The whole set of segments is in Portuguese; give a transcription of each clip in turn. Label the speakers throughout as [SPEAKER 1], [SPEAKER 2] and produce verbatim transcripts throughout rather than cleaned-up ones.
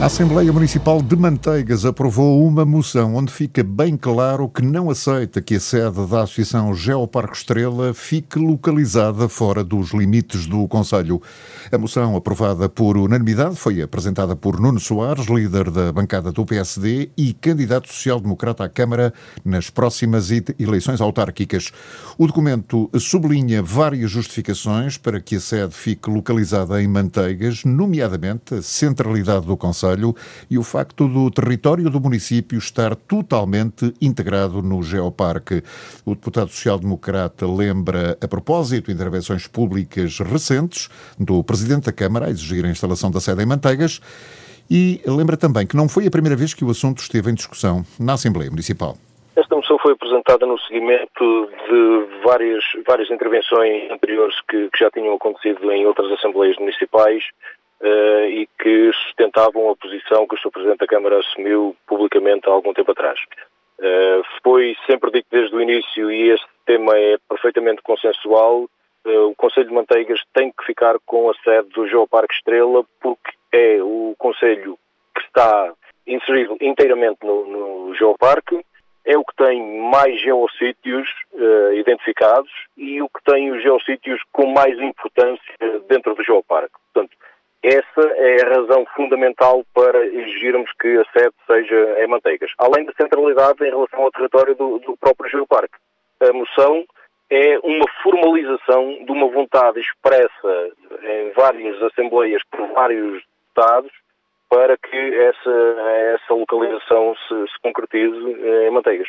[SPEAKER 1] A Assembleia Municipal de Manteigas aprovou uma moção onde fica bem claro que não aceita que a sede da Associação Geoparque Estrela fique localizada fora dos limites do concelho. A moção, aprovada por unanimidade, foi apresentada por Nuno Soares, líder da bancada do P S D e candidato social-democrata à Câmara nas próximas eleições autárquicas. O documento sublinha várias justificações para que a sede fique localizada em Manteigas, nomeadamente a centralidade do concelho e o facto do território do município estar totalmente integrado no Geoparque. O deputado social-democrata lembra, a propósito de intervenções públicas recentes do Presidente da Câmara a exigir a instalação da sede em Manteigas, e lembra também que não foi a primeira vez que o assunto esteve em discussão na Assembleia Municipal.
[SPEAKER 2] Esta moção foi apresentada no seguimento de várias, várias intervenções anteriores que, que já tinham acontecido em outras Assembleias Municipais uh, e que sustentavam a posição que o senhor Presidente da Câmara assumiu publicamente há algum tempo atrás. Uh, foi sempre dito desde o início, e este tema é perfeitamente consensual, uh, o Concelho de Manteigas tem que ficar com a sede do Geoparque Estrela, porque é o concelho que está inserido inteiramente no, no Geoparque, é o que tem mais geossítios uh, identificados e o que tem os geossítios com mais importância dentro do Geoparque. Portanto, essa é a razão fundamental para exigirmos que a sede seja em Manteigas, além da centralidade em relação ao território do, do próprio Geoparque. A moção é uma formalização de uma vontade expressa em várias assembleias por vários deputados para que essa, essa localização se, se concretize em Manteigas.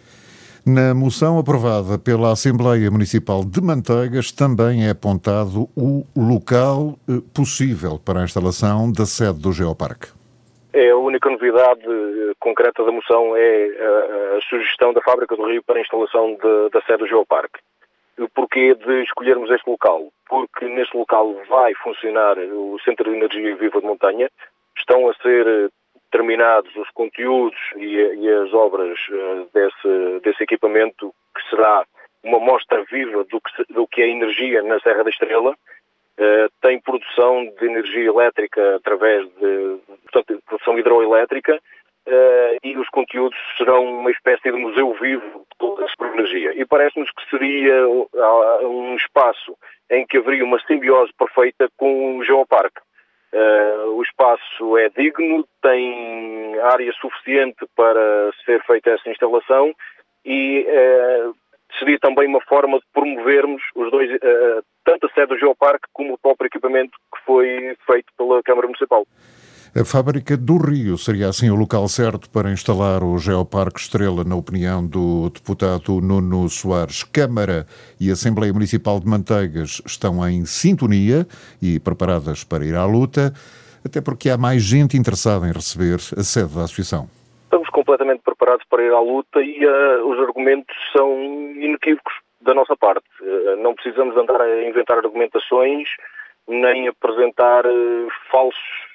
[SPEAKER 1] Na moção aprovada pela Assembleia Municipal de Manteigas também é apontado o local possível para a instalação da sede do Geoparque.
[SPEAKER 2] É a única novidade concreta da moção é a, a sugestão da Fábrica do Rio para a instalação de, da sede do Geoparque. O porquê de escolhermos este local? Porque neste local vai funcionar o Centro de Energia Viva de Montanha. Estão a ser terminados os conteúdos e, e as obras uh, desse, desse equipamento, que será uma mostra viva do que, do que é energia na Serra da Estrela. Uh, tem produção de energia elétrica através de, portanto, de produção hidroelétrica, uh, e os conteúdos serão uma espécie de museu vivo de toda essa energia. E parece-nos que seria uh, um espaço em que haveria uma simbiose perfeita com o Geoparque. Uh, o espaço é digno, tem área suficiente para ser feita essa instalação e uh, seria também uma forma de promovermos os dois, uh, tanto a sede do Geoparque como o próprio equipamento que foi feito pela Câmara Municipal.
[SPEAKER 1] A Fábrica do Rio seria assim o local certo para instalar o Geoparque Estrela, na opinião do deputado Nuno Soares. Câmara e Assembleia Municipal de Manteigas estão em sintonia e preparadas para ir à luta, até porque há mais gente interessada em receber a sede da Associação.
[SPEAKER 2] Estamos completamente preparados para ir à luta e uh, os argumentos são inequívocos da nossa parte. Uh, não precisamos andar a inventar argumentações nem apresentar uh, falsos,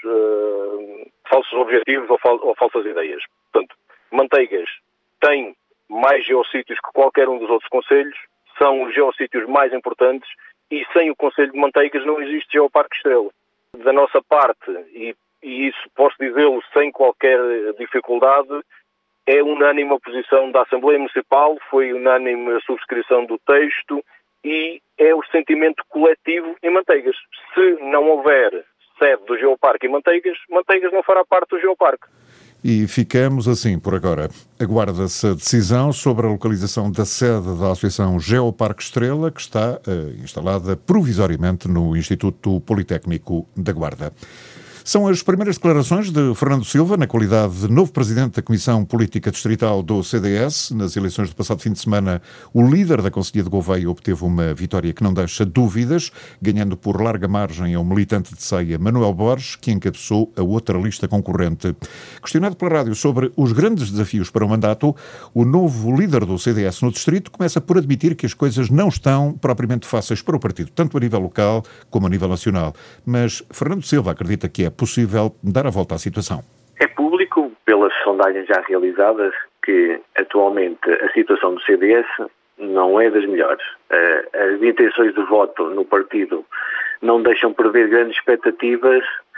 [SPEAKER 2] uh, falsos objetivos ou, fal- ou falsas ideias. Portanto, Manteigas tem mais geossítios que qualquer um dos outros concelhos, são os geossítios mais importantes, e sem o Concelho de Manteigas não existe Geoparque Estrela. Da nossa parte, e, e isso posso dizê-lo sem qualquer dificuldade, é unânime a posição da Assembleia Municipal, foi unânime a subscrição do texto, e é o sentimento coletivo em Manteigas. Se não houver sede do Geoparque em Manteigas, Manteigas não fará parte do Geoparque.
[SPEAKER 1] E ficamos assim por agora. Aguarda-se a decisão sobre a localização da sede da Associação Geoparque Estrela, que está uh, instalada provisoriamente no Instituto Politécnico da Guarda. São as primeiras declarações de Fernando Silva, na qualidade de novo presidente da Comissão Política Distrital do C D S. Nas eleições do passado fim de semana, o líder da Conselhia de Gouveia obteve uma vitória que não deixa dúvidas, ganhando por larga margem ao militante de Ceia, Manuel Borges, que encabeçou a outra lista concorrente. Questionado pela rádio sobre os grandes desafios para o mandato, o novo líder do C D S no distrito começa por admitir que as coisas não estão propriamente fáceis para o partido, tanto a nível local como a nível nacional. Mas Fernando Silva acredita que é possível dar a volta à situação.
[SPEAKER 3] É público, pelas sondagens já realizadas, que atualmente a situação do C D S não é das melhores. As intenções de voto no partido não deixam prever grandes expectativas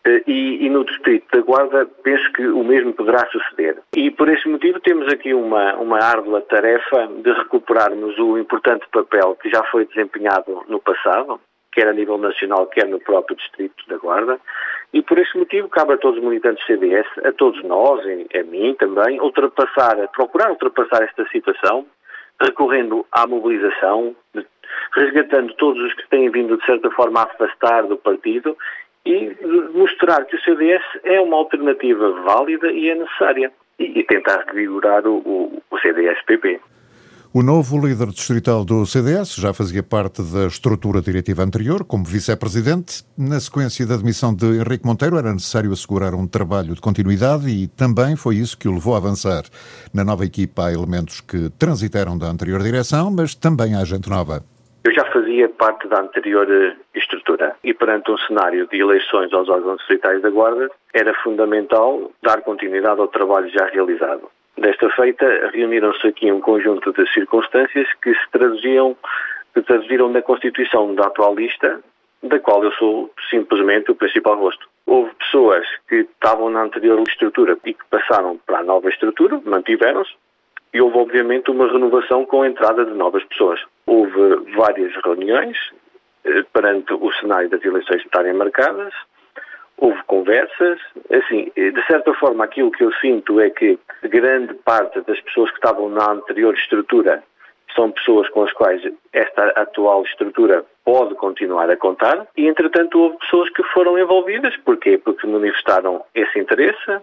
[SPEAKER 3] E, e no Distrito da Guarda penso que o mesmo poderá suceder. E por esse motivo temos aqui uma, uma árdua tarefa de recuperarmos o importante papel que já foi desempenhado no passado, quer a nível nacional, quer no próprio Distrito da Guarda, e por esse motivo cabe a todos os militantes do C D S, a todos nós, a mim também, ultrapassar, procurar ultrapassar esta situação, recorrendo à mobilização, resgatando todos os que têm vindo de certa forma a afastar do partido e mostrar que o C D S é uma alternativa válida e é necessária, e, e tentar revigorar o, o, o C D S P P.
[SPEAKER 1] O novo líder distrital do C D S já fazia parte da estrutura diretiva anterior, como vice-presidente. Na sequência da demissão de Henrique Monteiro, era necessário assegurar um trabalho de continuidade e também foi isso que o levou a avançar. Na nova equipa há elementos que transitaram da anterior direção, mas também há gente nova.
[SPEAKER 3] Eu já fazia parte da anterior estrutura e perante um cenário de eleições aos órgãos distritais da Guarda, era fundamental dar continuidade ao trabalho já realizado. Desta feita, reuniram-se aqui um conjunto de circunstâncias que se traduziam, que traduziram na constituição da atual lista, da qual eu sou simplesmente o principal rosto. Houve pessoas que estavam na anterior estrutura e que passaram para a nova estrutura, mantiveram-se, e houve obviamente uma renovação com a entrada de novas pessoas. Houve várias reuniões eh, perante o cenário das eleições estarem marcadas, houve conversas, assim, de certa forma aquilo que eu sinto é que grande parte das pessoas que estavam na anterior estrutura são pessoas com as quais esta atual estrutura pode continuar a contar e, entretanto, houve pessoas que foram envolvidas. Porquê? Porque manifestaram esse interesse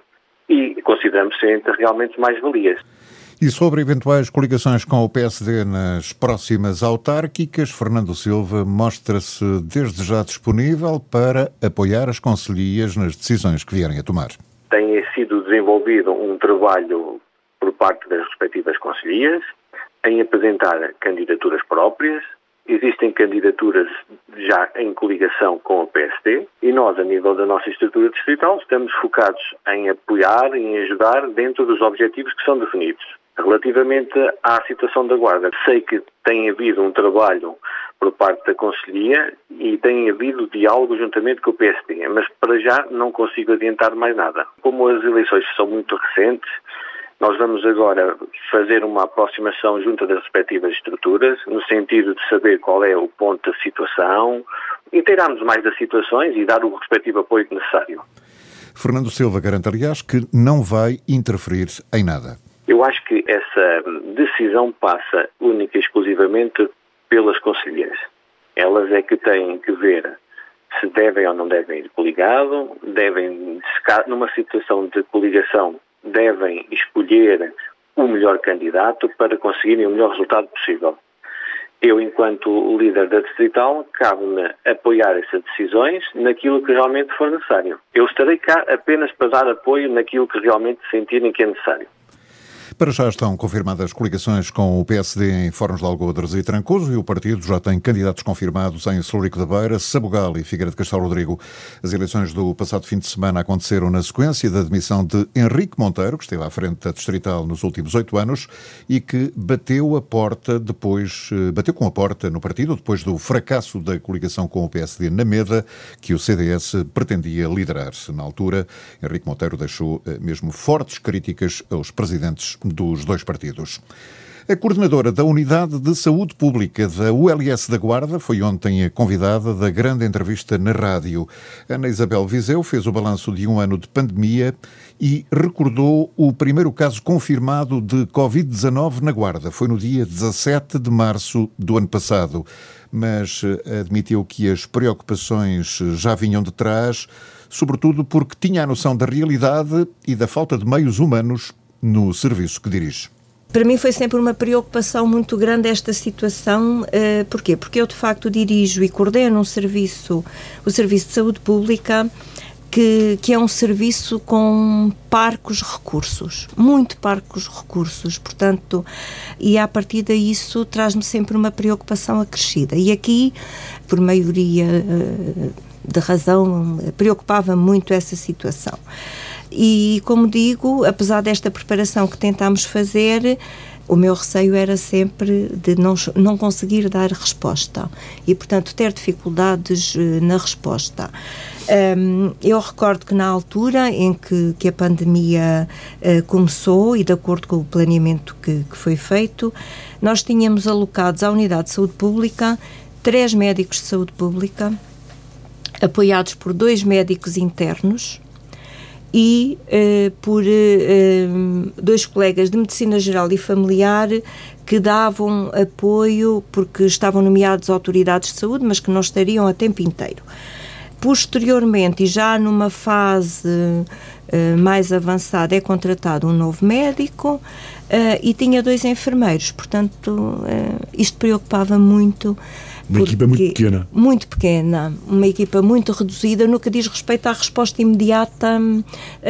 [SPEAKER 3] e consideramos ser realmente mais-valias.
[SPEAKER 1] E sobre eventuais coligações com o P S D nas próximas autárquicas, Fernando Silva mostra-se desde já disponível para apoiar as concelhias nas decisões que vierem a tomar.
[SPEAKER 3] Tem sido desenvolvido um trabalho por parte das respectivas concelhias em apresentar candidaturas próprias. Existem candidaturas já em coligação com o P S D e nós, a nível da nossa estrutura distrital, estamos focados em apoiar e em ajudar dentro dos objetivos que são definidos. Relativamente à situação da Guarda, sei que tem havido um trabalho por parte da Conselhia e tem havido diálogo juntamente com o P S D, mas para já não consigo adiantar mais nada. Como as eleições são muito recentes, nós vamos agora fazer uma aproximação junto das respectivas estruturas, no sentido de saber qual é o ponto da situação, inteirarmos mais das situações e dar o respectivo apoio necessário.
[SPEAKER 1] Fernando Silva garante, aliás, que não vai interferir em nada.
[SPEAKER 3] Eu acho que essa decisão passa única e exclusivamente pelas conselheiras. Elas é que têm que ver se devem ou não devem ir coligado, devem, numa situação de coligação, devem escolher o melhor candidato para conseguirem o melhor resultado possível. Eu, enquanto líder da distrital, cabe-me apoiar essas decisões naquilo que realmente for necessário. Eu estarei cá apenas para dar apoio naquilo que realmente sentirem que é necessário.
[SPEAKER 1] Para já estão confirmadas coligações com o P S D em Fornos de Algodres e Trancoso e o partido já tem candidatos confirmados em Celurico da Beira, Sabugal e Figueira de Castelo Rodrigo. As eleições do passado fim de semana aconteceram na sequência da demissão de Henrique Monteiro, que esteve à frente da distrital nos últimos oito anos e que bateu a porta depois, bateu com a porta no partido depois do fracasso da coligação com o P S D na Meda, que o C D S pretendia liderar. Na altura, Henrique Monteiro deixou mesmo fortes críticas aos presidentes dos dois partidos. A coordenadora da Unidade de Saúde Pública da U L S da Guarda foi ontem a convidada da grande entrevista na rádio. Ana Isabel Viseu fez o balanço de um ano de pandemia e recordou o primeiro caso confirmado de covid dezanove na Guarda. Foi no dia dezassete de março do ano passado, mas admitiu que as preocupações já vinham de trás, sobretudo porque tinha a noção da realidade e da falta de meios humanos no serviço que dirige.
[SPEAKER 4] Para mim foi sempre uma preocupação muito grande esta situação. Uh, porquê? Porque eu, de facto, dirijo e coordeno um serviço, o Serviço de Saúde Pública, que, que é um serviço com parcos recursos, muito parcos recursos, portanto, e a partir disso traz-me sempre uma preocupação acrescida. E aqui, por maioria uh, de razão, preocupava muito essa situação. E, como digo, apesar desta preparação que tentámos fazer, O meu receio era sempre de não, não conseguir dar resposta e, portanto, ter dificuldades na resposta. Um, eu recordo que na altura em que, que a pandemia uh, começou e de acordo com o planeamento que, que foi feito, nós tínhamos alocados à Unidade de Saúde Pública três médicos de saúde pública, apoiados por dois médicos internos, e uh, por uh, dois colegas de Medicina Geral e Familiar que davam apoio porque estavam nomeados autoridades de saúde, mas que não estariam a tempo inteiro. Posteriormente, e já numa fase uh, mais avançada, é contratado um novo médico uh, e tinha dois enfermeiros, portanto, uh, isto preocupava muito.
[SPEAKER 5] Uma equipa muito pequena.
[SPEAKER 4] Muito pequena, uma equipa muito reduzida no que diz respeito à resposta imediata uh,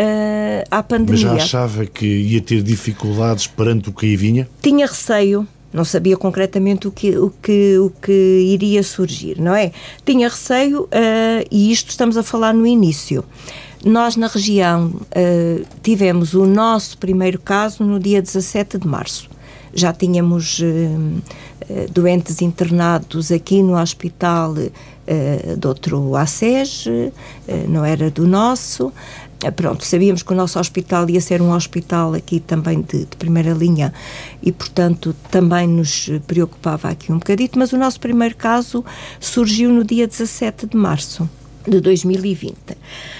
[SPEAKER 4] à pandemia.
[SPEAKER 5] Mas já achava que ia ter dificuldades perante o que aí vinha?
[SPEAKER 4] Tinha receio, não sabia concretamente o que, o que, o que iria surgir, não é? Tinha receio uh, e isto estamos a falar no início. Nós na região uh, tivemos o nosso primeiro caso no dia dezassete de março. Já tínhamos uh, doentes internados aqui no hospital uh, de outro A C E S, uh, não era do nosso. Uh, pronto, sabíamos que o nosso hospital ia ser um hospital aqui também de, de primeira linha e, portanto, também nos preocupava aqui um bocadito, mas o nosso primeiro caso surgiu no dia dezassete de março de dois mil e vinte.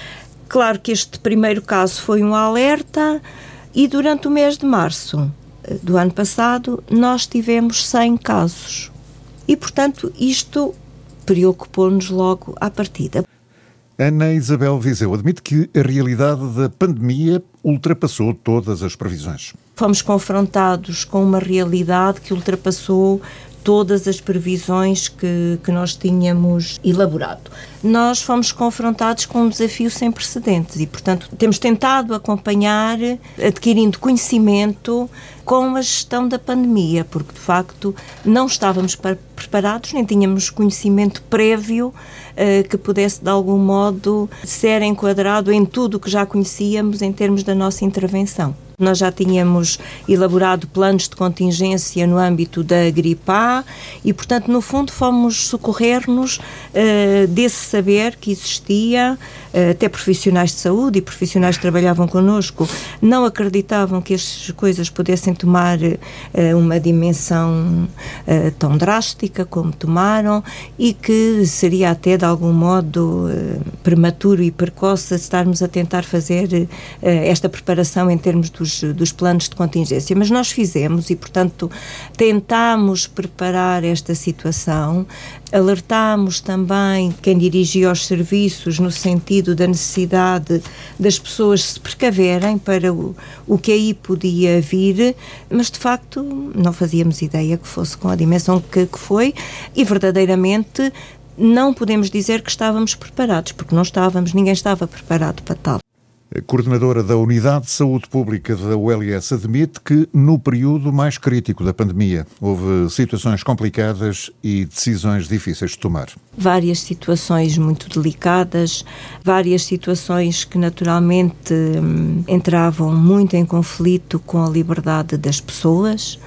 [SPEAKER 4] Claro que este primeiro caso foi um alerta e durante o mês de março do ano passado, nós tivemos cem casos. E, portanto, isto preocupou-nos logo à partida.
[SPEAKER 1] Ana Isabel Viseu admite que a realidade da pandemia ultrapassou todas as previsões.
[SPEAKER 4] Fomos confrontados com uma realidade que ultrapassou todas as previsões que, que nós tínhamos elaborado. Nós fomos confrontados com um desafio sem precedentes e, portanto, temos tentado acompanhar, adquirindo conhecimento com a gestão da pandemia, porque, de facto, não estávamos preparados, nem tínhamos conhecimento prévio eh, que pudesse, de algum modo, ser enquadrado em tudo o que já conhecíamos em termos da nossa intervenção. Nós já tínhamos elaborado planos de contingência no âmbito da gripe A e, portanto, no fundo, fomos socorrer-nos uh, desse saber que existia. Uh, até profissionais de saúde e profissionais que trabalhavam connosco não acreditavam que estas coisas pudessem tomar uh, uma dimensão uh, tão drástica como tomaram e que seria até, de algum modo, uh, prematuro e precoce estarmos a tentar fazer uh, esta preparação em termos dos dos planos de contingência, mas nós fizemos e, portanto, tentámos preparar esta situação, alertámos também quem dirigia os serviços no sentido da necessidade das pessoas se precaverem para o, o que aí podia vir, mas de facto não fazíamos ideia que fosse com a dimensão que, que foi e verdadeiramente não podemos dizer que estávamos preparados, porque não estávamos, ninguém estava preparado para tal.
[SPEAKER 1] A coordenadora da Unidade de Saúde Pública da U L S admite que, no período mais crítico da pandemia, houve situações complicadas e decisões difíceis de tomar.
[SPEAKER 4] Várias situações muito delicadas, várias situações que naturalmente hum, entravam muito em conflito com a liberdade das pessoas,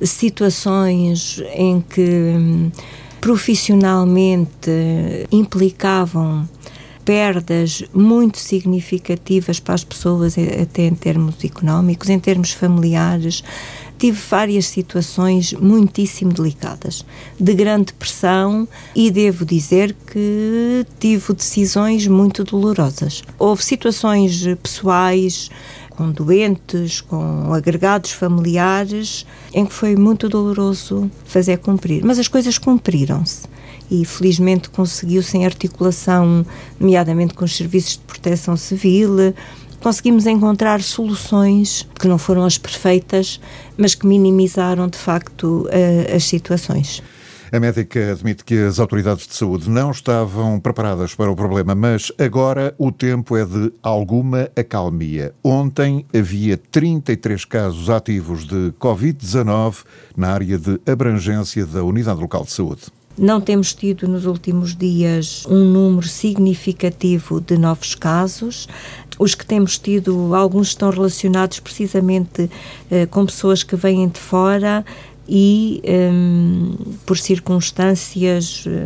[SPEAKER 4] situações em que hum, profissionalmente implicavam perdas muito significativas para as pessoas, até em termos económicos, em termos familiares. Tive várias situações muitíssimo delicadas, de grande pressão e devo dizer que tive decisões muito dolorosas. Houve situações pessoais, com doentes, com agregados familiares, em que foi muito doloroso fazer cumprir. Mas as coisas cumpriram-se. E felizmente conseguiu-se em articulação, nomeadamente com os serviços de proteção civil, conseguimos encontrar soluções que não foram as perfeitas, mas que minimizaram de facto uh, as situações.
[SPEAKER 1] A médica admite que as autoridades de saúde não estavam preparadas para o problema, mas agora o tempo é de alguma acalmia. Ontem havia trinta e três casos ativos de covid dezanove na área de abrangência da Unidade Local de Saúde.
[SPEAKER 4] Não temos tido nos últimos dias um número significativo de novos casos. Os que temos tido, alguns estão relacionados precisamente uh, com pessoas que vêm de fora e um, por circunstâncias uh,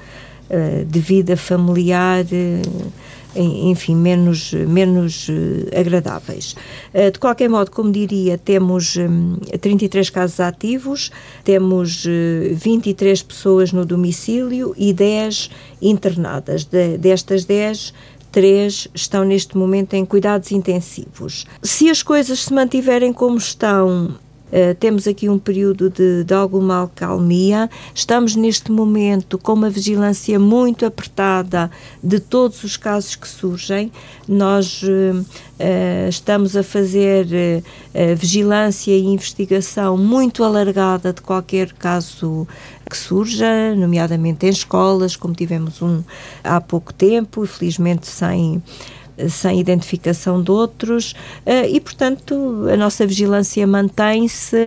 [SPEAKER 4] uh, de vida familiar, uh, enfim, menos, menos uh, agradáveis. Uh, de qualquer modo, como diria, temos um, trinta e três casos ativos, temos uh, vinte e três pessoas no domicílio e dez internadas. De, destas dez, três estão neste momento em cuidados intensivos. Se as coisas se mantiverem como estão, Uh, temos aqui um período de, de alguma acalmia. Estamos neste momento com uma vigilância muito apertada de todos os casos que surgem. Nós uh, uh, estamos a fazer uh, uh, vigilância e investigação muito alargada de qualquer caso que surja, nomeadamente em escolas, como tivemos um há pouco tempo, felizmente sem... sem identificação de outros, e, portanto, a nossa vigilância mantém-se.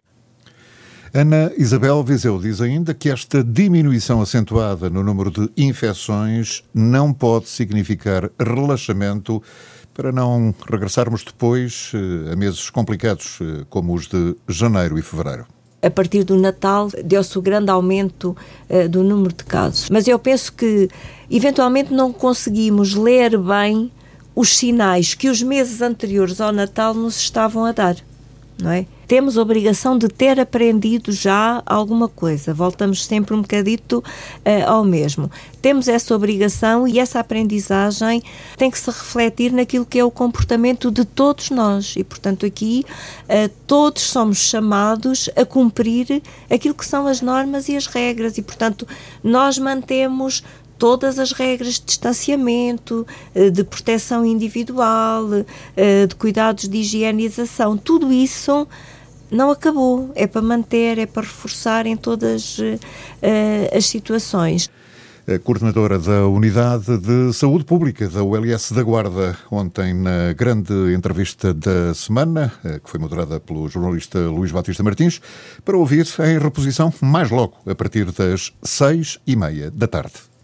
[SPEAKER 1] Ana Isabel Viseu diz ainda que esta diminuição acentuada no número de infecções não pode significar relaxamento para não regressarmos depois a meses complicados como os de janeiro e fevereiro.
[SPEAKER 4] A partir do Natal deu-se o grande aumento uh, do número de casos. Mas eu penso que, eventualmente, não conseguimos ler bem os sinais que os meses anteriores ao Natal nos estavam a dar, não é? Temos a obrigação de ter aprendido já alguma coisa. Voltamos sempre um bocadito uh, ao mesmo. Temos essa obrigação e essa aprendizagem tem que se refletir naquilo que é o comportamento de todos nós. E, portanto, aqui uh, todos somos chamados a cumprir aquilo que são as normas e as regras. E, portanto, nós mantemos todas as regras de distanciamento, de proteção individual, de cuidados de higienização, tudo isso não acabou, é para manter, é para reforçar em todas uh, as situações.
[SPEAKER 1] A coordenadora da Unidade de Saúde Pública da U L S da Guarda, ontem na grande entrevista da semana, que foi moderada pelo jornalista Luís Batista Martins, para ouvir em reposição mais logo, a partir das seis e meia da tarde.